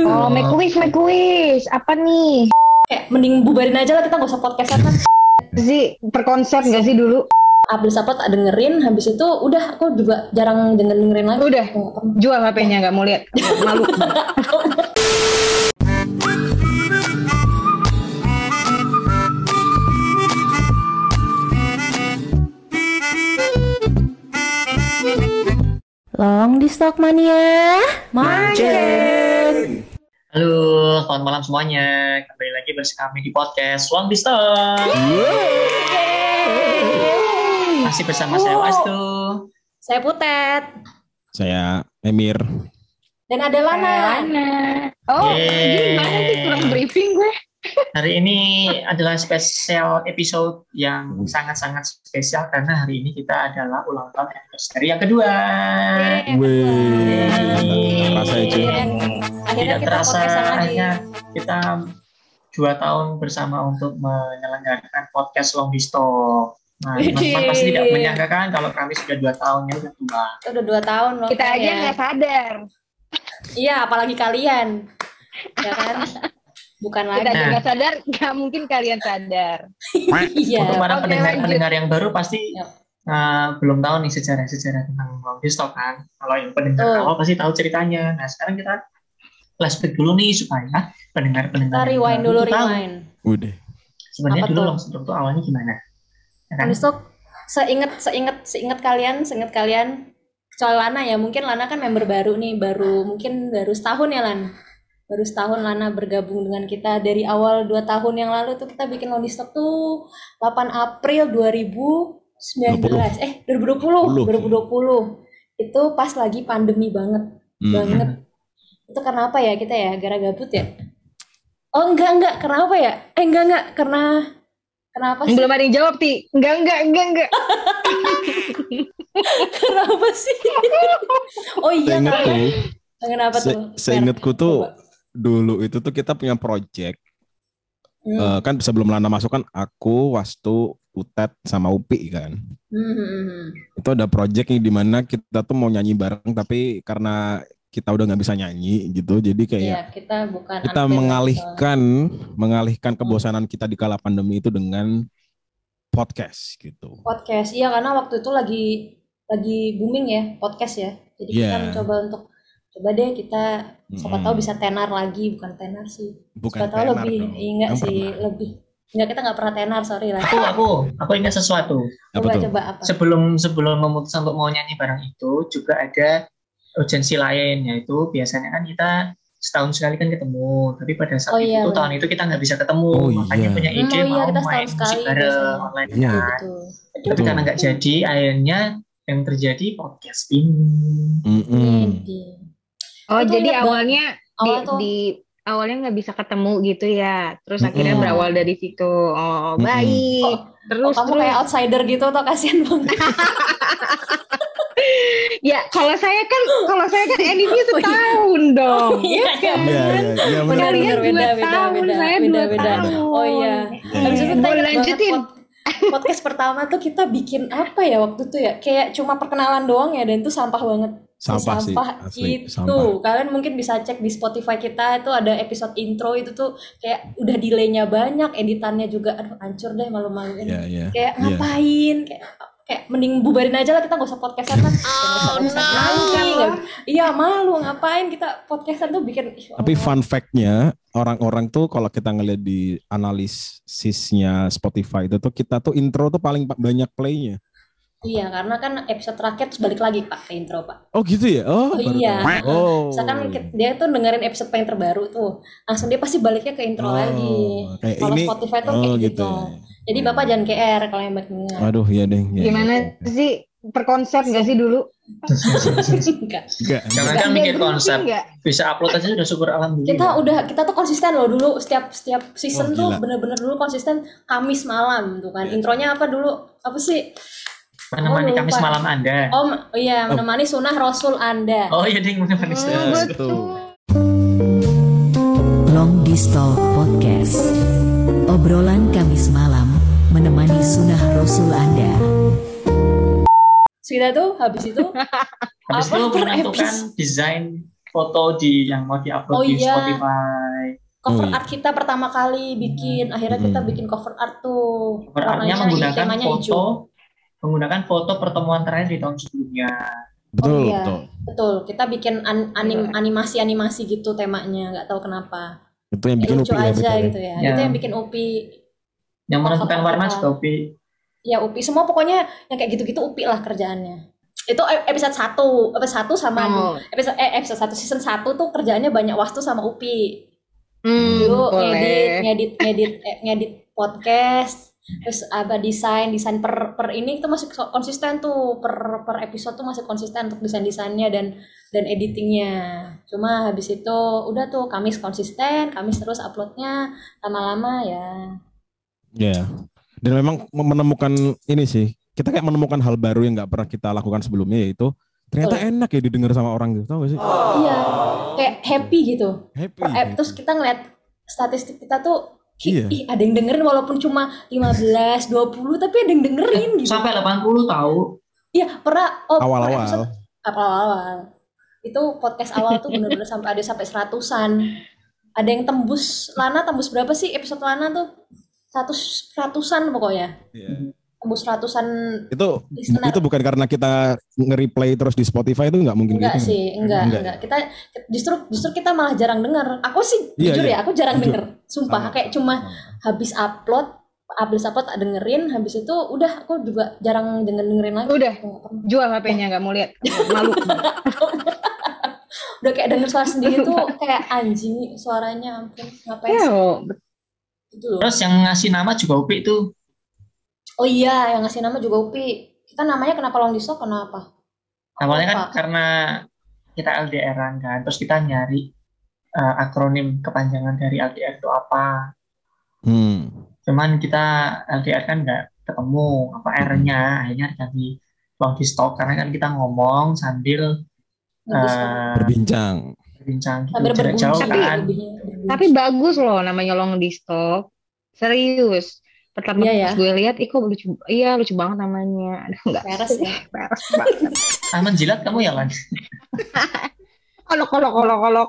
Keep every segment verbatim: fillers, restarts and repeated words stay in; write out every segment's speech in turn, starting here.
Oh, make wish, make wish. Apa nih? Kayak mending bubarin aja lah, kita gak usah podcastan kan. Sih, perkonsep gak sih dulu? Abis apa tak dengerin, habis itu udah aku juga jarang denger-dengerin lagi. Udah, jual H P-nya, gak mau lihat. Malu. Long di Stock Mania Mancing. Halo, selamat malam semuanya. Kembali lagi bersama kami di podcast Long di Stock. Masih bersama saya Wastu, Saya Putet, saya Emir, dan ada Lana. Lana. Oh, Yeay. gimana sih kurang briefing gue? Hari ini adalah spesial episode yang sangat-sangat spesial karena hari ini kita adalah ulang tahun anniversary yang kedua. Wih, terasa ya cuy. Akhirnya Tidak kita terasa podcastan lagi. hanya kita dua tahun bersama untuk menyelenggarakan podcast Long di Stock. Nah, teman-teman pasti tidak menyangkakan kalau kami sudah dua tahun ya udah tua. Itu udah dua tahun loh. Kita aja gak sadar. Iya, apalagi kalian. Ya kan? Bukan lagi. Kita aja Nah. gak sadar, gak mungkin kalian sadar. Iya. Untuk para Oke, pendengar-pendengar yang baru pasti Yap. uh, belum tahu nih sejarah-sejarah tentang Long di Stock kan. Kalau yang pendengar Oh. awal pasti tahu ceritanya. Nah, sekarang kita flashback dulu nih supaya pendengar-pendengar Kita yang rewind baru dulu, tuh tahu rewind. Udah. sebenarnya Apa dulu tuh? Long di Stock tuh awalnya gimana. Ya kan? Long di Stock, seinget, seinget, seinget kalian, seinget kalian, kecuali Lana ya, mungkin Lana kan member baru nih, baru mungkin baru setahun ya Lan. Baru setahun Lana bergabung dengan kita. Dari awal dua tahun yang lalu tuh kita bikin Long di Stock tuh delapan April dua ribu sembilan belas. Eh, dua ribu dua puluh. dua ribu dua puluh. Itu pas lagi pandemi banget. Hmm. Banget. Itu karena apa ya kita ya? Gara gabut ya? Oh enggak, enggak. Karena apa ya? Eh enggak, enggak. Karena kenapa sih? Belum ada yang jawab, Ti. Enggak, enggak, enggak, enggak. Kenapa sih? Oh iya, Seinget karena tuh, kenapa tuh? se- seingetku tuh Coba. dulu itu tuh kita punya project. Hmm. Eh, kan sebelum Lana masuk kan aku, Wastu, Putet sama Upi kan. Hmm, hmm, hmm. Itu ada project yang dimana kita tuh mau nyanyi bareng tapi karena kita udah nggak bisa nyanyi gitu, jadi kayak Iya, kita bukan kita unfair mengalihkan mengalihkan kebosanan kita di kala pandemi itu dengan podcast gitu. podcast. Iya, karena waktu itu lagi lagi booming ya podcast ya. Jadi kita Iya. mencoba untuk coba deh kita siapa Mm-mm. tahu bisa tenar lagi, bukan tenar sih. Bukan Siapa tahu tenar lebih dong. iya, enggak Yang sih, pernah. lebih. Enggak, kita enggak pernah tenar, sorry lah. Aku aku aku ingat sesuatu. Apa Coba tuh? coba apa? Sebelum sebelum memutuskan untuk mau nyanyi bareng itu juga ada urgensi lain, yaitu biasanya kan kita setahun sekali kan ketemu, tapi pada saat Oh, iya, itu benar. tahun itu kita nggak bisa ketemu, Oh, makanya iya. punya Hmm, ide oh iya, mau kita main setahun musik sekali bareng biasanya. online Iya. kan. Betul. Tapi Betul. karena nggak jadi, akhirnya yang terjadi podcast ini. Mm-mm. Jadi, Oh, Itu jadi ingat awalnya di, awal tuh di awalnya nggak bisa ketemu gitu ya. Terus Mm-mm. akhirnya berawal dari situ. Oh, Mm-mm. baik. oh, Terus kamu terus. kayak outsider gitu tuh, kasihan banget. Ya, kalau saya kan kalau saya kan endingnya Oh, iya. setahun dong. Oh, iya, Ya kan? Iya, iya, iya benar. Benar, Kalian benar, dua beda, beda, tahun, beda, saya beda, dua beda. tahun. Oh iya. Iya, Habis iya. itu kita Mau ingat banget lanjutin? pod- podcast pertama tuh kita bikin apa ya waktu itu ya? Kayak cuma perkenalan doang ya, dan itu sampah banget. Sampah sih, Sampah asli, itu. sampah. Kalian mungkin bisa cek di Spotify kita, itu ada episode intro itu tuh kayak udah delaynya banyak, editannya juga aduh hancur deh, malu-maluin. Iya, iya. Kayak Iya. ngapain? Kayak kayak mending bubarin aja lah, kita gak usah podcastan kan. Oh no. Iya, malu ngapain kita podcastan tuh bikin. ih, Tapi Allah. fun fact-nya, orang-orang tuh kalau kita ngeliat di analisisnya Spotify itu tuh kita tuh intro tuh paling pa- banyak play-nya. Iya, karena kan episode terakhir terus balik lagi Pak ke intro Pak. Oh gitu ya? Oh, Oh, baru iya. tahu. Oh. Misalkan ki- dia tuh dengerin episode paling terbaru tuh, langsung dia pasti baliknya ke intro Oh, lagi. kayak Kalau ini- Spotify tuh oh, kayak gitu gitu. ya. Jadi Bapak jangan K R kalau yang baik dengar. Aduh, iya deh. Ya, Gimana ya. sih perkonsep nggak sih dulu? Enggak. Enggak. Jangan Nggak kan mikir briefing konsep, nggak? bisa upload aja sudah syukur alhamdulillah. Kita udah kita tuh konsisten loh dulu setiap setiap season Oh, tuh gila. bener-bener dulu konsisten Kamis malam tuh kan. Iya. Intronya apa dulu? Apa sih? menemani Oh, Kamis lupa. malam Anda. Oh, m- oh iya, menemani sunnah Rasul Anda. Oh iya ding menemani Oh, saya. betul. Long Distal Podcast. Obrolan Kamis malam menemani sunnah Rasul Anda. Sudah tuh habis itu Habis apa itu per menentukan episode? desain foto di yang mau diupload Oh di iya. Spotify. Cover Oh, iya. art kita pertama kali bikin, akhirnya kita Mm-mm. bikin cover art tuh. Cover artnya Warnanya menggunakan temanya foto, hijau. menggunakan foto pertemuan terakhir di tahun sebelumnya. Betul, Oh iya. betul. Betul, kita bikin an- anim- animasi-animasi gitu temanya, nggak tahu kenapa. Itu yang Ya, bikin lucu Upi ya, aja betul. gitu ya. Ya. Itu yang bikin Upi. Yang menentukan Cover warna kita. juga Upi. Ya Upi, semua pokoknya yang kayak gitu-gitu Upi lah kerjaannya. Itu e- episode satu, episode satu sama Oh. episode eh episode satu season satu tuh kerjaannya banyak Wastu sama Upi. Hmm, Dulu ngedit, boleh. ngedit, ngedit, eh, ngedit podcast, terus apa desain, desain per per ini itu masih so- konsisten tuh per per episode tuh masih konsisten untuk desain-desainnya dan dan editingnya. Cuma habis itu udah tuh Kamis konsisten, Kamis terus uploadnya, lama-lama ya. Ya. Dan memang menemukan ini sih, kita kayak menemukan hal baru yang nggak pernah kita lakukan sebelumnya, yaitu ternyata Betul. enak ya didengar sama orang gitu, tau gak sih? Iya, kayak happy gitu. Happy. Per app, terus kita ngeliat statistik kita tuh, Iya. ih ada yang dengerin walaupun cuma lima belas, dua puluh, tapi ada yang dengerin gitu. Sampai delapan puluh tahu. Iya, pernah oh, per Awal-awal. episode awal-awal. Itu podcast awal tuh bener-bener sampai ada sampai seratusan. Ada yang tembus, Lana tembus berapa sih episode Lana tuh? Seratus, seratusan pokoknya. Iya. Tembus ratusan Itu listener. itu bukan karena kita nge-replay terus di Spotify, itu nggak mungkin Enggak gitu. sih, enggak, Enggak. enggak. Kita justru justru kita malah jarang dengar. Aku sih Iya, jujur iya. ya, aku jarang Jujur. denger. Sumpah, Sama, kayak sama, cuma sama. habis upload, habis upload tak dengerin, habis itu udah aku juga jarang denger dengerin lagi. Udah. Nggak pernah. Jual H P-nya nggak mau lihat. Malu. Udah kayak denger suara sendiri tuh kayak anjing suaranya, ampun ngapain Ya, sih oh, gitu loh. Terus yang ngasih nama juga Upi itu. Oh iya, yang ngasih nama juga Upi. Kita namanya kenapa Long Disto? Kenapa? Awalnya kan Apa? karena kita L D R-an kan, terus kita nyari uh, akronim kepanjangan dari L D R itu apa. Hmm. Cuman kita L D R kan nggak ketemu apa R-nya, akhirnya ganti long distalk karena kan kita ngomong sambil Nge-disco. uh, Berbincang. berbincang gitu Sambil jarak berbunyi jauh Tapi- kan. lebihnya, berbunyi. tapi bagus loh namanya long distalk. Serius. Pertama Iya ya. pas gue lihat, ih kok lucu. Iya lucu banget namanya. Aduh enggak. Peres ya. Peres banget. Ah, menjilat kamu ya Lan? Kolok kolok kolok kolok.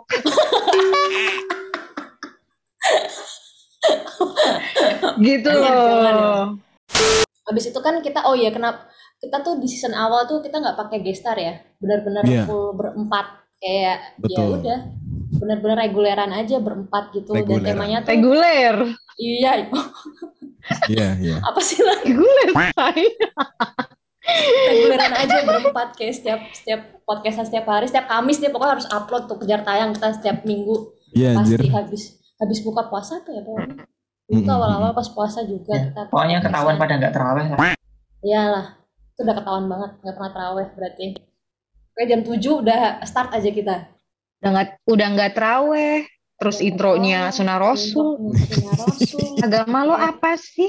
Gitu Jangan, loh. Habis itu kan kita, oh iya kenapa kita tuh di season awal tuh kita nggak pakai gestar ya, benar-benar Iya. full berempat kayak ya Betul. udah benar-benar reguleran aja berempat gitu dan Reguleran. temanya tuh Reguler. iya Iya, iya. apa sih lah Reguler. say. reguleran aja berempat kayak setiap setiap podcast setiap hari setiap Kamis dia pokoknya harus upload tuh kejar tayang kita setiap minggu Iya, anjir. pasti habis habis buka puasa tuh ya pokoknya itu Mm-mm. awal-awal pas puasa juga Ya, kita pokoknya ketahuan podcastan. pada nggak terawih lah. Iyalah, itu udah ketahuan banget, nggak pernah terawih berarti. Kayak jam tujuh udah start aja kita. Udah nggak udah nggak teraweh. Terus Udah intronya terawih, Sunnah Rasul. intro- Sunnah Rasul. Agama lo apa sih?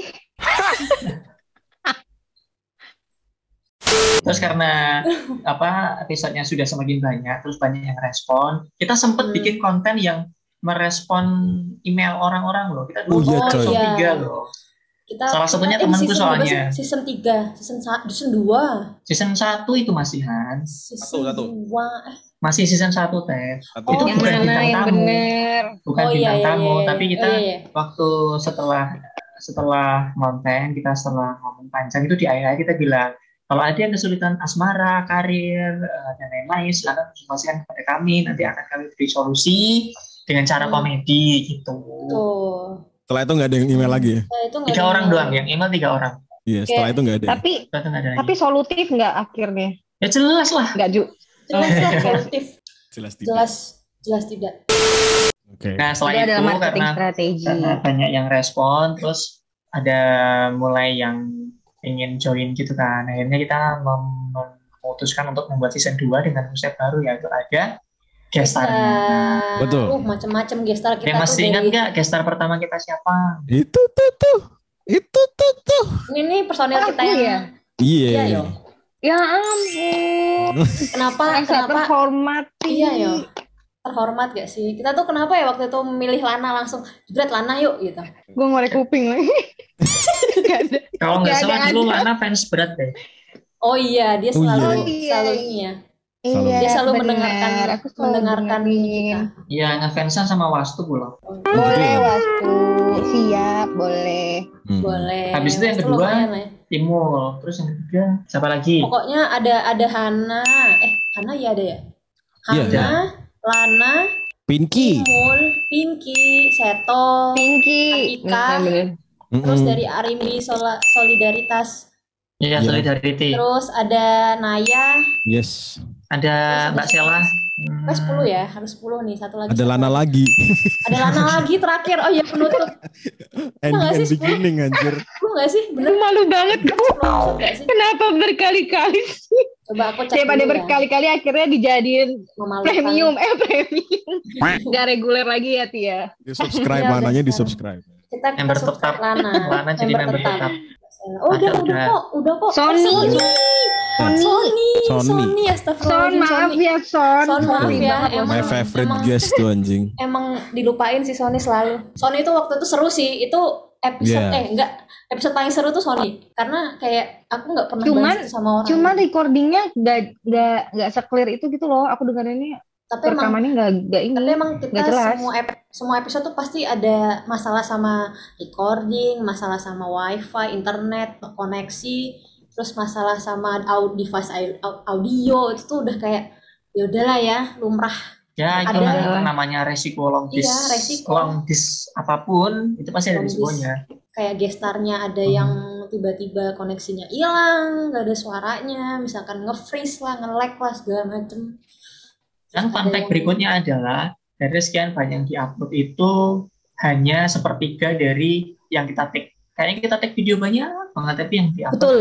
Terus karena apa episodenya sudah semakin banyak, terus banyak yang respon, kita sempat Hmm. bikin konten yang merespon email orang-orang loh. Kita Oh dulu iya, coy. episode Iya. tiga loh. Kita Salah satunya eh, temanku season berapa soalnya. sih? Season tiga, season sa- season dua, Season satu itu masih Hans. season Satu, satu. dua. Eh, Masih season satu Teh. Satu. Oh, Yang bukan mana bintang yang tamu. bener? Bukan oh iya bintang iya tamu, iya. tapi kita Oh, iya, iya. waktu setelah setelah konten, kita setelah ngomong panjang itu di akhir kita bilang kalau ada yang kesulitan asmara, karir, eh, dan lain-lain, silakan konsultasikan kepada kami. Nanti akan kami beri solusi dengan cara Hmm. komedi gitu. Tuh. Setelah itu nggak ada yang email lagi ya? Nah, itu nggak Tiga ada orang yang- doang, yang email tiga orang. Iya, setelah itu nggak ada. Tapi Itu nggak ada lagi. tapi solutif nggak akhirnya? Ya jelas lah. Nggak Ju? Jelas lah solutif, Jelas tidak. jelas jelas tidak. Oke. Nah Itu setelah adalah itu marketing karena strategi. karena banyak yang respon, terus ada mulai yang ingin join gitu kan. Akhirnya kita mem- memutuskan untuk membuat season dua dengan konsep baru, yaitu ada gestarnya. Gestar. Betul. Uh, macam-macam gestar kita Yang tuh masih ingat dari nggak gestar pertama kita siapa? Itu tuh tuh. Itu tuh tuh. ini nih personel kita Aku yang ya? Iya. Iya, yo. Ya ampun. Kenapa Sangat kenapa terhormati. iya yo terhormat gak sih kita tuh kenapa ya waktu itu memilih Lana langsung jebret Lana yuk gitu. Gue ngorek kuping lagi. Nggak ada. Kalau nggak Nggak salah ada, dulu ada. Lana fans berat deh. Oh iya dia Oh, selalu iya. selalu ini ya Selalu. Iya, Dia selalu benar. mendengarkan Aku selalu mendengarkan ini dengerin. kita. Iya, ngefansan sama Wastu pula. Boleh waktu siap, boleh. Hmm. Boleh. Habis itu yang Wastu kedua, lumayan lah ya. Timul. Terus yang ketiga, siapa lagi? Pokoknya ada ada Hana, eh Hana ya ada ya. Iya, Hana, ada. Lana, Pinky. Timul, Pinky, Seto, Pinky. Atika. Bener-bener. Terus Mm-mm. dari Arimbi Sola- Solidaritas. Iya, Iya. Solidarity. Terus ada Naya. Yes. Ada Mbak Sela. Eh sepuluh ya, harus sepuluh nih. Satu lagi. Ada siapa Lana lagi? lagi. Ada Lana lagi terakhir. Oh iya penutup. Ending nggak sih, and beginning anjir. Lu nggak sih? Bener Malu banget kok. sepuluh episode nggak sih? Kenapa berkali-kali sih? Coba aku cek Daripada dulu ya. berkali-kali akhirnya dijadiin Memalukan. premium. Eh premium. Gak reguler lagi ya Tia. Di subscribe, Iya, Lananya udah di subscribe. Kita kita Member subscribe tetap. Lana. Lana jadi member tetap. Oh udah Ada, udah udah. kok, udah kok. Sony. Oh, Sony. Sony. Sony. Sony. Sony. Son Astagfirullahaladzim. maaf Sony. ya Son. Son, maaf Sorry ya, banget loh, emang- My Son. favorite emang- guest tuh anjing. Emang dilupain sih Sony selalu. Sony itu waktu itu seru sih. Itu episode Iya. eh enggak episode paling seru tuh Sony. Karena kayak aku nggak pernah Cuman- bahas itu sama orang. Cuman recordingnya gak, gak, gak se-clear itu gitu loh. Aku dengerinnya tapi emang rekamannya gak, gak ini. Tapi emang kita Nggak jelas. semua ep- semua episode tuh pasti ada masalah sama recording, masalah sama wifi, internet, koneksi, terus masalah sama au- device au- audio itu tuh udah kayak ya udahlah ya lumrah. Ya, itu Ada. namanya resiko long dis. Iya, resiko. Long dis apapun, itu pasti ada Long dis. resikonya. Kayak gestarnya ada Hmm. yang tiba-tiba koneksinya hilang, nggak ada suaranya, misalkan nge-freeze lah, nge-lag lah segala macem. Dan fun Ada fact yang- berikutnya adalah dari sekian banyak yang diupload itu hanya sepertiga dari yang kita take. Kayaknya kita take video banyak banget, tapi yang diupload Betul.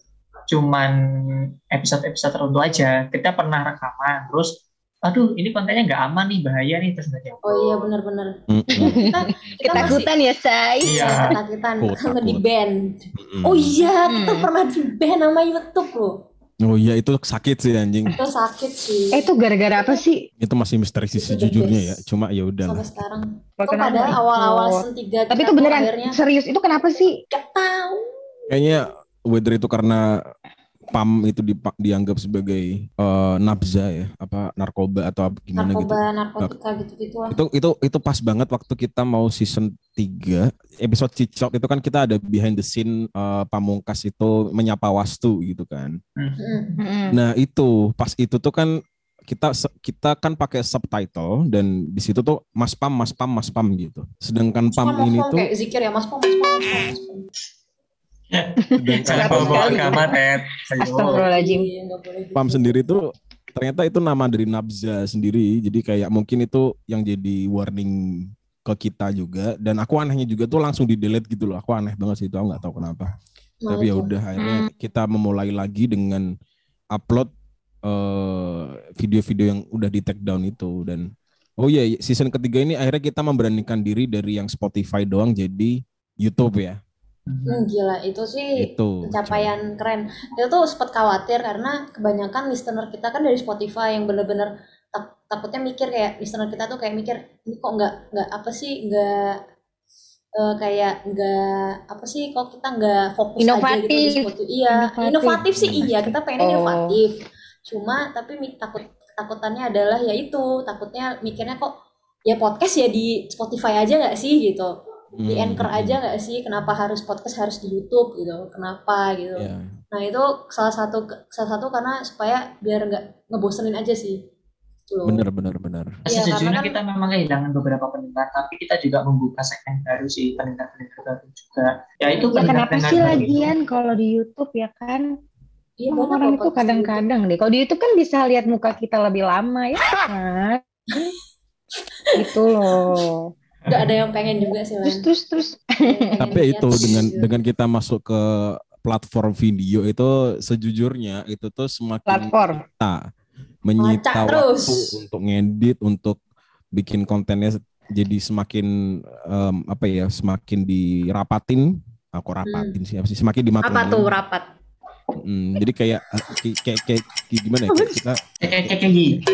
cuman episode-episode tertentu aja. Kita pernah rekaman, terus aduh ini kontennya nggak aman nih, bahaya nih, terus nggak diupload. Oh iya benar-benar. Mm-mm. Kita kita masih Ketakutan ya say. Iya. ketakutan Oh, karena takut. di ban. Mm-mm. Oh iya, kita Hmm. pernah di ban sama YouTube loh. Oh iya itu sakit sih anjing. Itu sakit sih. Eh itu gara-gara apa sih? Itu masih misteri sih Itu the sejujurnya ya. best. Cuma ya udah lah. Sampai sekarang. Itu Kenapa pada ikut? awal-awal season tiga Tapi kita itu tuh beneran akhirnya serius itu kenapa sih? gak tahu. Kayaknya whether itu karena P A M itu dipa- dianggap sebagai eh, nabza ya, apa narkoba atau apa- gimana gitu. Narkoba, narkotika gitu-gitu lah. Itu itu itu pas banget waktu kita mau season tiga episode Cicok itu kan kita ada behind the scene eh, Pamungkas itu menyapa Wastu gitu kan. Mm. Nah, itu pas itu tuh kan kita se- kita kan pakai subtitle dan di situ tuh Mas Pam Mas Pam Mas Pam gitu. Sedangkan Mas Pam Pam, ini Mas Pam, tuh kayak zikir ya Mas Pam, Mas Pam, Mas Pam, Mas Pam. Jangan Seratus bawa kali. agama, Ted. Ayo. Astagfirullahaladzim. Iya, nggak boleh gitu. Pam sendiri tuh ternyata itu nama dari Nabza sendiri. Jadi kayak mungkin itu yang jadi warning ke kita juga. Dan aku anehnya juga tuh langsung di delete gitu loh. Aku aneh banget sih itu, aku nggak tahu kenapa. Nah, Tapi ya itu. udah akhirnya kita memulai lagi dengan upload eh, video-video yang udah di take down itu. Dan oh iya season ketiga ini akhirnya kita memberanikan diri dari yang Spotify doang jadi YouTube ya. Hmm, gila itu sih Itu pencapaian keren. Itu tuh sempat khawatir karena kebanyakan listener kita kan dari Spotify yang bener-bener tak- takutnya mikir kayak listener kita tuh kayak mikir ini kok nggak nggak apa sih nggak eh, kayak nggak apa sih kok kita nggak fokus aja gitu di Inovatif. Spotify. Iya, Inovatif. inovatif sih iya kita pengen Oh. inovatif. Cuma tapi mi- takut ketakutannya adalah ya itu takutnya mikirnya kok ya podcast ya di Spotify aja nggak sih gitu. Di Hmm, Anchor hmm, aja nggak sih kenapa harus podcast harus di YouTube gitu kenapa gitu ya. nah itu salah satu salah satu karena supaya biar nggak ngebosenin aja sih gitu loh. Bener bener bener. Iya, Sejujurnya karena kan- kita memang kehilangan beberapa pendengar, tapi kita juga membuka segmen baru sih, pendengar-pendengar baru juga. Ya itu Ya kenapa pendengar-pendengar sih baru itu. lagian kalau di YouTube ya kan? Iya banyak Orang loh itu podcast kadang-kadang deh. Kalau di YouTube kan bisa lihat muka kita lebih lama ya kan? Gitu loh. gitu. Nggak ada yang pengen juga sih Terus Lan. terus terus. Tapi itu dengan dengan kita masuk ke platform video itu sejujurnya itu tuh semakin Platform. kita menyita Lacak terus. waktu untuk ngedit, untuk bikin kontennya jadi semakin em, apa ya, semakin dirapatin. Aku rapatin sih apa sih, semakin dimatengin. apa tuh rapat Mm, jadi kayak kayak kayak, kayak, kayak gimana ya? Kayak kita Kayak kayak kayak gini.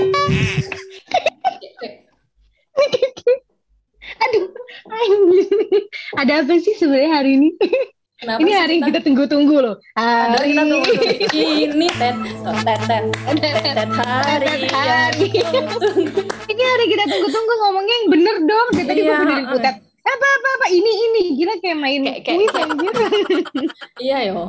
Aduh, anjir. Ada apa sih sebenarnya hari ini? Kenapa Ini sih hari yang kita? kita tunggu-tunggu loh. Ada Hari kita tunggu dulu. Ini tet tet tet tet tet hari Tet yang hari. tunggu. Ini hari kita tunggu-tunggu, ngomongnya yang bener dong. Kita tadi Iya, gue benerin eh. kutet. Apa apa apa ini ini gila kayak main Kayak- kayak- kuis kayak- anjir. Iya yo.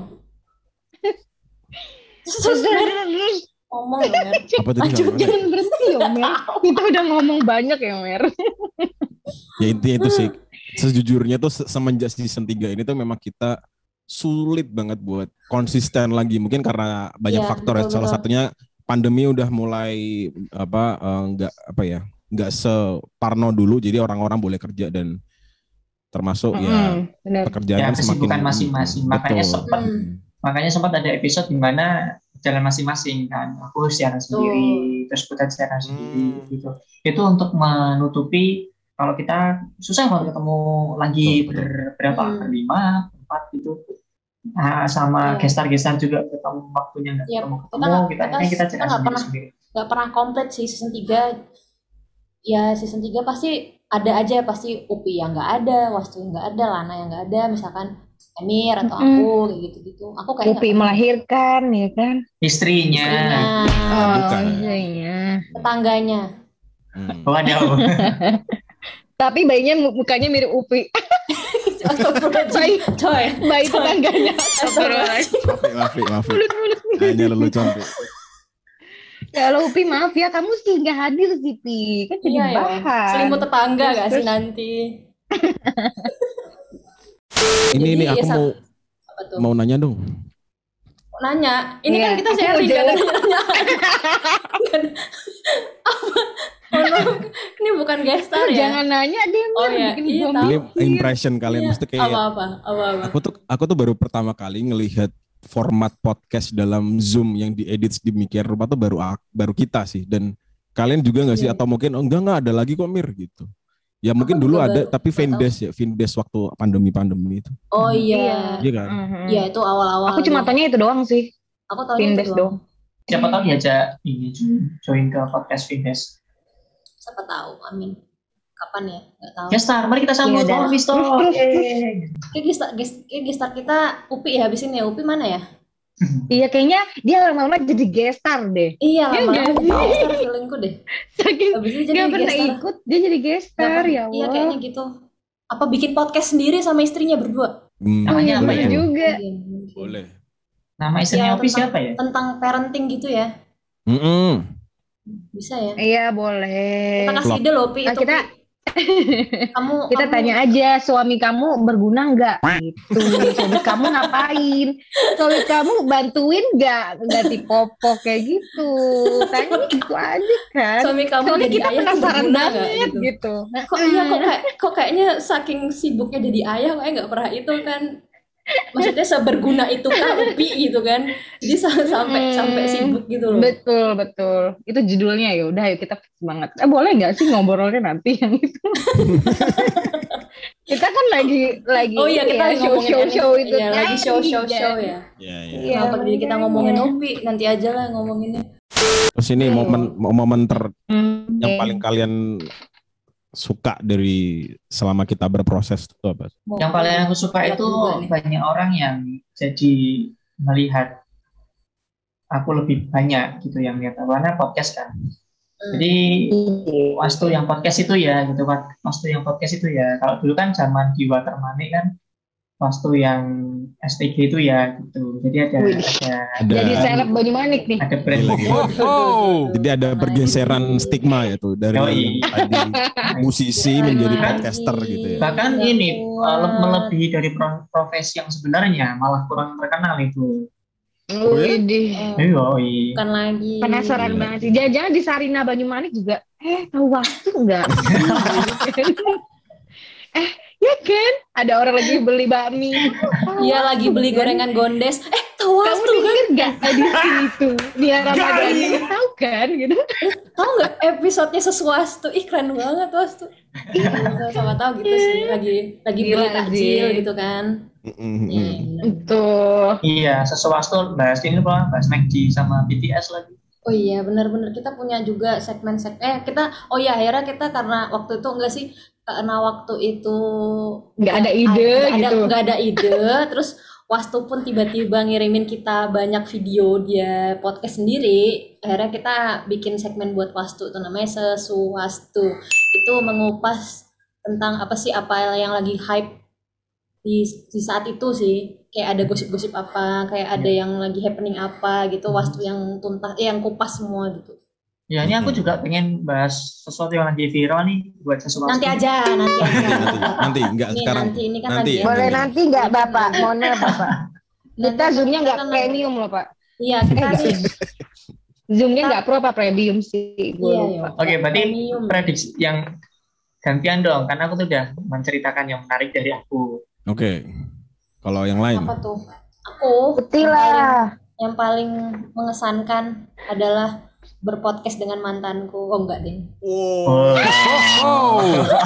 Terus Mer, ngomong ya, Mer. Apa tadi? Aduh, Gimana? jangan berhenti ya Mer. Kita udah ngomong banyak ya Mer. Ya intinya itu sih. Sejujurnya tuh se- semenjak season tiga ini tuh memang kita sulit banget buat konsisten lagi. Mungkin karena banyak Iya, faktor ya. betul, Salah betul. satunya pandemi udah mulai apa eh, nggak apa ya nggak separno dulu. Jadi orang-orang boleh kerja dan termasuk ya Mm-mm, bener. pekerjaan Ya, kan semakin kesibukan masing-masing. Betul. Makanya sempat Hmm. makanya sempat ada episode di mana jalan masing-masing kan. Aku siaran sendiri, terus Butet siaran sendiri Hmm. gitu. Itu untuk menutupi kalau kita susah kalau ketemu lagi Betul, betul. ber- berapa Hmm. berlima, empat gitu. Nah, sama Iya. gestar-gestar juga ketemu waktunya nggak Iya, ketemu kita ketemu nggak- kita kita- ini kita kita jalan nggak sendiri pernah- sendiri. Gak pernah komplit sih season tiga. Ya season tiga pasti ada aja, pasti Upi yang nggak ada, Wastu yang nggak ada, Lana yang nggak ada, misalkan Emir atau Mm-mm. aku kayak gitu-gitu. Aku kayak Upi melahirkan ya kan. Istrinya. istrinya, Oh bukan. iya. tetangganya. Hmm. Waduh. Tapi bayinya mu- mukanya mirip Upi. Bayi, Coy, bayi Coy. tetangganya. Astagfirullahaladzim. Maaf, maaf, maaf. Hanya lelucon. Pi. Kalau Upi maaf ya, kamu sih nggak hadir sih Pi. Kan jadi Iya ya, bahan. selimut tetangga Terus, gak sih terus. nanti? Ini ini Jadi, aku ya, mau Apa tuh? mau nanya dong. Nanya, ini Iya, kan kita aku mau sharing gak ada jawab. nanya-nanya. Apa? Oh, no. Ini bukan gestar Lu ya? jangan nanya dia Oh, Mir, iya. bikin Iya, gua tahu. Ini mikir. impression kalian Iya. mesti kayak Apa-apa? Apa-apa? aku tuh aku tuh baru pertama kali ngelihat format podcast dalam Zoom yang diedit sedemikian rupa tuh baru ak- baru kita sih, dan kalian juga nggak sih Iya. atau mungkin oh, enggak enggak ada lagi kok Mir gitu. Ya mungkin Aku dulu juga ada baru- tapi nggak Findes ya, Findes waktu pandemi-pandemi itu. Oh iya. Iya kan? Mhm. Iya, itu awal-awal. Aku cuma taunya itu doang sih. Aku taunya Findes itu doang. Siapa tahu diajak ini join ke podcast Findes. Siapa tahu, amin. Kapan ya? Nggak tahu. Gestar, mari kita sambut Iya, dah. Om Misto. Terus, terus, Yeay. Kayak gestar, ges- kayak gestar kita Upi ya habis ini ya. Upi mana ya? Iya kayaknya dia lama-lama jadi gestar deh. Iya, Iya lama-lama nggak jadi sih? gestar feelingku deh. Saking Habis ini jadi nggak pernah gestar. ikut, dia jadi gestar Nggak pernah- ya Allah. Iya, kayaknya gitu. Apa bikin podcast sendiri sama istrinya berdua? Hmm, Namanya apa boleh ya? tuh. juga. Mungkin, mungkin. Boleh. Nama istrinya Iya, Opi tentang- siapa ya? Tentang parenting gitu ya. Mm-mm. Bisa ya. Iya boleh. Kita kasih Plot. ide loh, Pi. Nah, Itu, kita Pi. Kamu kita kamu- tanya aja suami kamu berguna nggak gitu. Suami kamu ngapain? Suami kamu bantuin nggak ganti popok kayak gitu. Tanya gitu aja kan. suami kamu Soalnya jadi kita ayah tuh penasaran berguna nggak banget gitu. gitu. Kok iya kok kayak kok kayaknya saking sibuknya jadi ayah kayak nggak pernah itu kan. Maksudnya seberguna itu kah Upi gitu kan. Jadi sa- sampai Hmm. sampai sibuk gitu loh. Betul betul. Itu judulnya ya udah ayo kita semangat. Eh boleh nggak sih ngobrolnya nanti yang itu? Kita kan lagi lagi Oh iya, kita ya, show ngomongin show anime. show itu Iya, lagi tadi, show show kan. show ya. Ya, ya. Iya, Kenapa jadi kita makanya. ngomongin Upi? Nanti aja lah ngomonginnya. Terus ini Ayo. momen momen ter Hmm, yang oke. paling kalian suka dari selama kita berproses itu apa? Yang paling aku suka Berat itu juga nih. banyak orang yang jadi melihat aku lebih banyak gitu yang lihat karena podcast kan. Hmm. Jadi Wastu yang podcast itu ya gitu kan. Wastu yang podcast itu ya. Kalau dulu kan zaman di Watermane kan Wastu yang S T G itu ya gitu. Jadi ada Wih. ada Ada Jadi seleb Banyumanik nih. ada brand Gila, gila. Oh. Jadi ada pergeseran stigma ya tuh dari Yoi. yang tadi musisi menjadi Lagi. podcaster gitu ya. bahkan Ya ini Tuhan. uh, melebihi dari pro- profesi yang sebenarnya malah kurang terkenal itu. Oh, ya? Widih. Oh, Yoi. bukan lagi. Penasaran Gila. banget sih. Jangan-jangan di Sarina Banyumanik juga. Eh tahu waktu nggak? eh ya kan? Ada orang lagi beli bakmi. Iya lagi beli gorengan gondes. Eh tahu Kamu Wastu kan? denger nggak edisi itu? Dia Ramadan ini tahu kan? Gitu. Tahu nggak episodenya sesuatu? Ih keren banget Wastu. Sama tahu gitu sih. Lagi lagi Gila beli takjil sih. gitu kan. Mm-mm. Iya, bener. Tuh. Iya, sesuatu bahas ini apa? Bahas McD sama B T S lagi. Oh iya benar-benar kita punya juga segmen-segmen eh kita oh iya akhirnya kita karena waktu itu enggak sih karena waktu itu Nggak ada ide nggak ada gitu. nggak ada ide, terus Wastu pun tiba-tiba ngirimin kita banyak video dia podcast sendiri. Akhirnya kita bikin segmen buat Wastu, itu namanya Sesuwastu. Itu mengupas tentang apa sih, apa yang lagi hype di, di saat itu sih. Kayak ada gosip-gosip apa, kayak ada yang lagi happening apa gitu. Wastu yang tuntas, eh, yang kupas semua gitu. Ya ini aku juga pengen bahas sesuatu yang lagi viral nih buat sesuatu. Nanti aja, nanti aja. nanti, nanti enggak Ini sekarang. nanti, ini kan Nanti. lagi. Boleh Nanti. nanti nggak Bapak? Mohon Bapak. Kita Nanti zoomnya nggak kita- premium loh Pak. Iya, Eh kita nggak. nih. Zoomnya nggak pro apa premium sih? Gue Iya, lupa. iya. Oke, berarti Premium. prediksi yang gantian dong, karena aku tuh udah menceritakan yang menarik dari aku. Oke. Kalau yang lain. Apa tuh? Aku Betul yang paling, lah. yang paling mengesankan adalah berpodcast dengan mantanku. Oh enggak deh. Oh. Oh.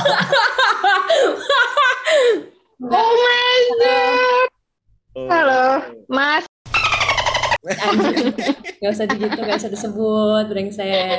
Oh my god. Halo, Mas. Anjir. Gak usah gitu, gak usah disebut, brengsek.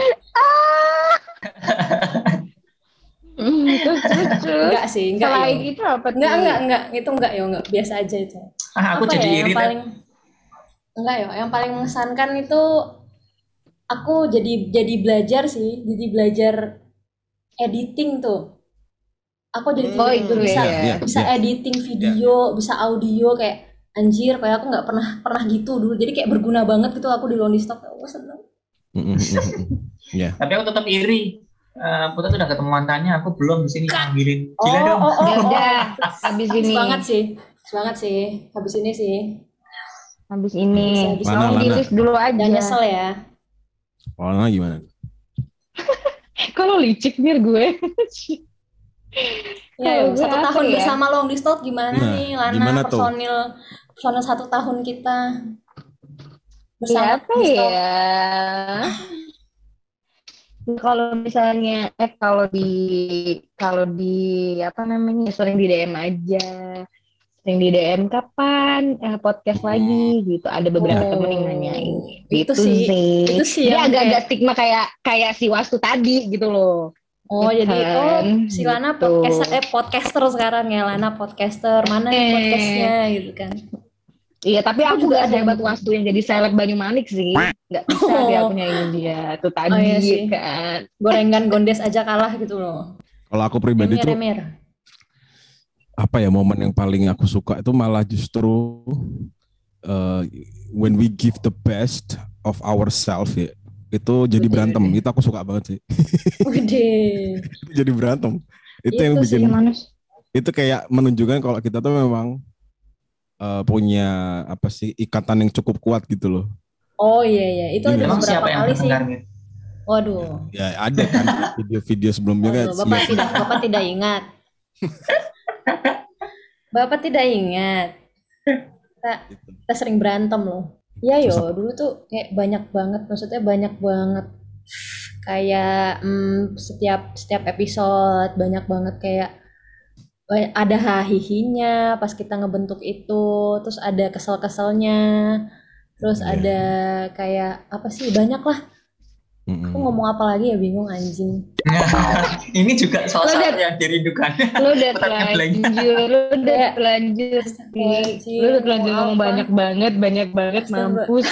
Hmm, terus, terus, terus. Enggak sih, enggak. Selain yo. itu apa tuh? Enggak, enggak, enggak. Itu enggak ya, enggak. Biasa aja itu. Ah, aku Apa jadi ya, iri. yang paling enggak ya, yang paling mengesankan itu aku jadi jadi belajar sih, jadi belajar editing tuh. Aku jadi Oh, tiba-tiba itu bisa ya. Iya, bisa iya. editing video, bisa audio kayak anjir, kayak aku nggak pernah pernah gitu dulu. Jadi kayak berguna banget gitu aku di Lonely Stock. Aku seneng. Mm, mm, mm, mm. Ya. Tapi aku tetap iri. Eh, Putra tuh udah ketemu mantannya, aku belum di sini ngambilin. Oh, Gila dong. oh, oh, Ya oh. udah, habis Habis ini. banget sih, habis banget sih, habis ini sih. Habis ini. Habis Lana, Kamu di Lana. list dulu aja. Jangan nyesel ya. Lana gimana? Kalau licik nih gue. Ya, Kalau gue satu apa tahun ya? bersama Lonely Stock gimana Nah, nih, Lana, gimana tuh? personil personil satu tahun kita Ya bersama apa Lonely Stock. ya? Kalau misalnya eh kalau di kalau di apa namanya sering di D M aja, sering di D M kapan eh, podcast Hmm. lagi gitu. Ada beberapa Oh, temen yang nanyain. itu Gitu sih, itu sih Dia yang agak-agak kayak- stigma kayak kayak si Wastu tadi gitu loh. Oh, Gitu jadi oh kan, si Lana gitu. podcast eh podcaster sekarang ya, Lana podcaster. Mana nih Eh. podcastnya gitu kan. Iya, tapi Aku aku juga gak ada sehebat yang- Wastu yang jadi seleb Banyumanik sih. Gak bisa Oh. dia aku nyanyiin dia. Itu tadi Oh, iya sih. kan. Gorengan gondes aja kalah gitu loh. Kalau aku pribadi tuh Remir-remir. apa ya, momen yang paling aku suka itu malah justru uh, when we give the best of ourselves ya. Itu jadi Wede, berantem. wede. Itu aku suka banget sih. Wede. Itu jadi berantem. Itu, Itu yang sih, bikin Gimana sih? itu kayak menunjukkan kalau kita tuh memang uh, punya apa sih ikatan yang cukup kuat gitu loh. Oh iya iya, itu Iya. ada Emang beberapa siapa yang kali sih. mendengar gitu? Waduh. Ya ada kan video-video sebelumnya kan. Waduh, Bapak siap- tidak Bapak tidak ingat. Bapak tidak ingat. Kita, kita sering berantem loh. Iya yo, dulu tuh kayak banyak banget, maksudnya banyak banget kayak hmm, setiap setiap episode banyak banget kayak ba- ada hahihinya pas kita ngebentuk itu, terus ada kesel-keselnya, terus Iya. ada kayak apa sih, banyak lah. Mm-mm. Aku ngomong apa lagi ya, bingung anjing. Ini juga salah Lo satu udah- yang dirindukan. Lu udah Otaknya blank. telanjur, lu udah Kayak- telanjur sih. Astagfirullahaladzim, Lu udah telanjur mau ngomong apa? banyak banget, banyak banget, Astagfirullah. mampus.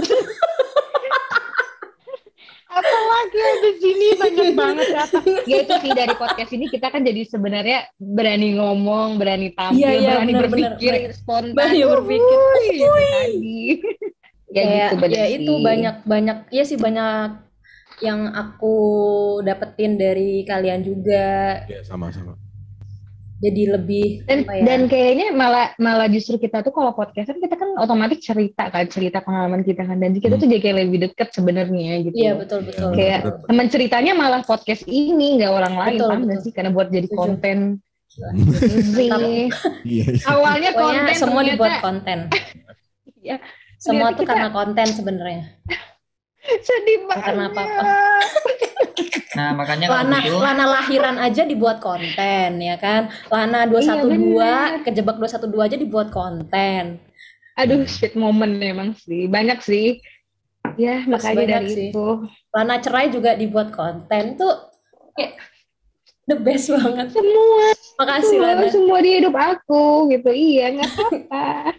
Apalagi di sini banyak banget apa? Ya itu sih, dari podcast ini kita kan jadi sebenarnya berani ngomong, berani tampil, Iya, iya, berani benar, berpikir benar. spontan. Berani berpikir. Wuih, itu tadi. Ya Kayak gitu bener ya sih. itu banyak banyak ya sih banyak yang aku dapetin dari kalian juga, Ya sama-sama. jadi lebih dan apa ya, dan kayaknya malah malah justru kita tuh kalau podcast kan kita kan otomatis cerita kan cerita pengalaman kita kan, dan kita Hmm. tuh jadi kayak lebih deket sebenarnya gitu. iya betul betul Iya, Kayak betul. teman ceritanya malah podcast ini, nggak orang lain, Betul, paham nggak betul. sih, karena buat jadi Setuju. konten Mantap. sih. Iya. Awalnya Pokoknya konten semua ternyata dibuat konten. Ya, Semua ternyata tuh kita- karena konten sebenarnya. sedih Bukan banget. apa-apa. Nah, makanya kalau Lana gitu, Lana lahiran aja dibuat konten ya kan. Lana dua satu dua bener. kejebak dua satu dua aja dibuat konten. Aduh, shit moment emang sih, banyak sih. Ya makanya banyak dari sih. itu. Lana cerai juga dibuat konten tuh kayak The best banget. Semua, Makasih semua, Lana. semua di hidup aku gitu. Iya, nggak apa-apa.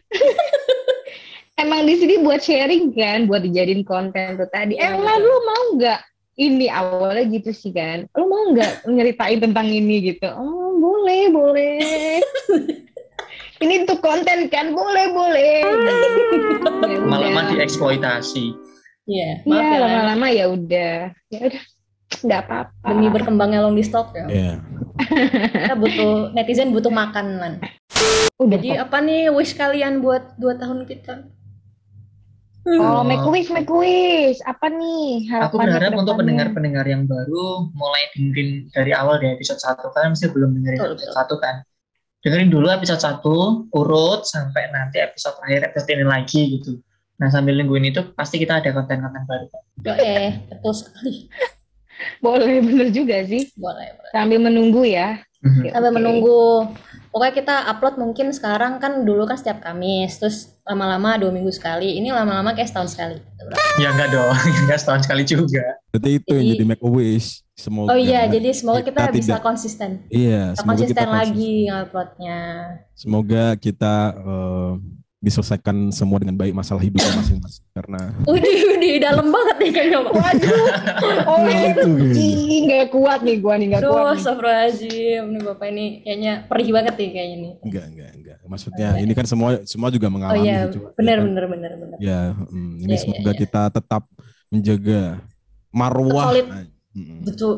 Emang di sini buat sharing kan, buat dijadiin konten tuh tadi. Iya, Eh, Lan, lu mau nggak? Ini awalnya gitu sih kan. Lu mau nggak nyeritain tentang ini gitu? Oh, boleh, boleh. Ini untuk konten kan, boleh, boleh. Ya Lama-lama udah. dieksploitasi. Iya, maaf Iya, ya Lan. lama-lama ya udah. Ya udah, nggak apa-apa. Demi berkembangnya long distance ya. Iya. Kita butuh, netizen butuh makan Lan. Udah Jadi kok. apa nih wish kalian buat dua tahun kita? Oh, make wish, make wish. Apa nih Aku harapannya berharap ke untuk depannya? pendengar-pendengar yang baru mulai dengerin dari awal dari episode satu. Kalian mesti belum dengerin Betul, episode betul. satu kan? Dengerin dulu episode satu, urut sampai nanti episode terakhir episode ini lagi gitu. Nah sambil nungguin itu pasti kita ada konten-konten baru. Eh, betul sekali. Boleh, bener juga sih. Boleh, boleh. Sambil menunggu ya. Mhm. Sampai Oke. menunggu. Pokoknya kita upload mungkin sekarang kan dulu kan setiap Kamis, terus lama-lama dua minggu sekali. Ini lama-lama kayak setahun sekali. Ya enggak dong, enggak setahun sekali juga. Berarti itu yang Jadi- jadi make a wish. Semoga. Oh iya, jadi semoga kita, bisa tidak- konsisten. Iya, Kita semoga kita konsisten konsisten. lagi uploadnya. Semoga kita eh, diselesaikan semua dengan baik masalah hidupnya masing-masing karena Udah, udah dalam banget nih kayaknya. Pak. Waduh, oh Itu, Ih, nggak kuat nih gua nih, nggak Aduh, kuat nih. astagfirullahaladzim. Nih Bapak ini kayaknya perih banget nih kayaknya nih. enggak enggak enggak. Maksudnya ini kan semua semua juga Oh mengalami iya, gitu. benar Ya kan? benar benar benar. Ya, mm, ini Ya, ya, semoga ya. kita tetap menjaga marwah. Solid. Mm. Betul.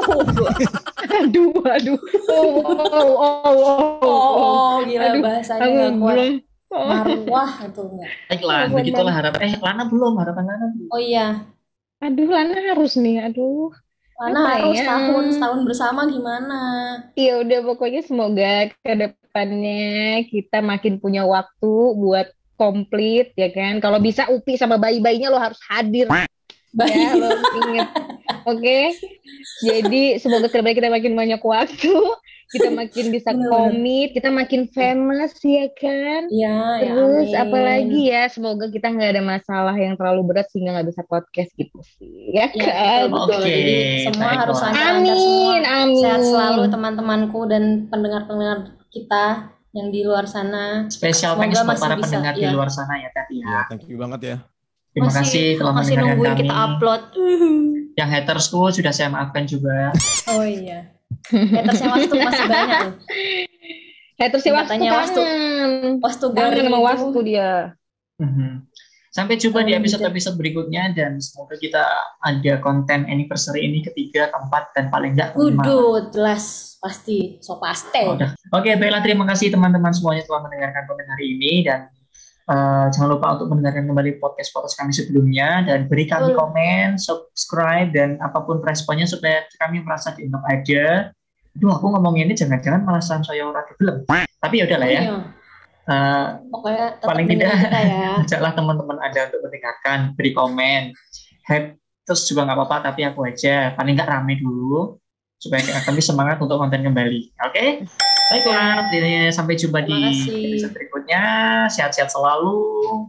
Aduh, aduh. Oh, oh, oh, oh, oh, oh. Oh, gila Aduh, bahasanya Aku nggak kuat. belum. Oh. Marwah atau enggak? Baiklah, Teman-teman. begitulah harapan. Eh, Lana belum, harapan Lana belum. Oh iya, Aduh, Lana harus nih. Aduh. Lana Apa harus ya? tahun setahun bersama gimana? Ya udah, pokoknya semoga ke depannya kita makin punya waktu buat komplit ya kan. Kalau bisa Upi sama bayi-bayinya lo harus hadir. Baik. Ya, lo inget. Oke. Jadi semoga kedepannya kita makin banyak waktu, kita makin bisa Bener-bener. komit, kita makin famous ya kan. Iya, ya Terus amin. apalagi ya, semoga kita nggak ada masalah yang terlalu berat sehingga nggak bisa podcast gitu sih, ya Ya, kan. betul, betul. Oke, Jadi semua baiklah. harus lancar-lancar semua. Amin, amin. Sehat selalu teman-temanku dan pendengar-pendengar kita yang di luar sana. Spesial Semoga thanks buat masih para bisa, pendengar di ya. luar sana ya tadi Ya, ya. thank you banget ya. Terima Masih- kasih telah Masih mendengarkan nungguin kami. kita upload. Yang hatersku sudah saya maafkan juga. Oh iya. Hatersnya Wastu masih banyak loh. Haters si Wastu Katanya Wastu. kangen. Wastu Kangen garing sama itu. Wastu dia. Mhm. Sampai jumpa di Oh, episode-episode berikutnya dan semoga kita ada konten anniversary ini ketiga, keempat, dan paling enggak kelima. Udah, jelas. Pasti. So pasti. Oh, udah. Oke, baiklah, terima kasih teman-teman semuanya telah mendengarkan konten hari ini dan eh, jangan lupa untuk mendengarkan kembali podcast-podcast kami sebelumnya dan beri kami Betul. komen, subscribe dan apapun responnya supaya kami merasa dianggap ada. Aduh, aku ngomong ini jangan-jangan malah saya orang belum. Tapi ya udahlah ya. Iya. Eh, Pokoknya tetap Paling dengerin tidak. kita ya. ajaklah teman-teman Anda untuk mendengarkan, beri komen, head terus juga nggak apa-apa, tapi aku aja paling nggak rame dulu supaya kami semangat untuk konten kembali. Oke, baiklah, jadi sampai jumpa di Terima kasih. episode berikutnya. Sehat-sehat selalu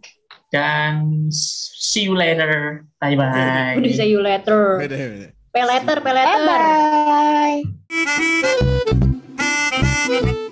dan see you later. Bye bye. Udah say you later. Beda, beda. Pay later, pay later. Bye bye.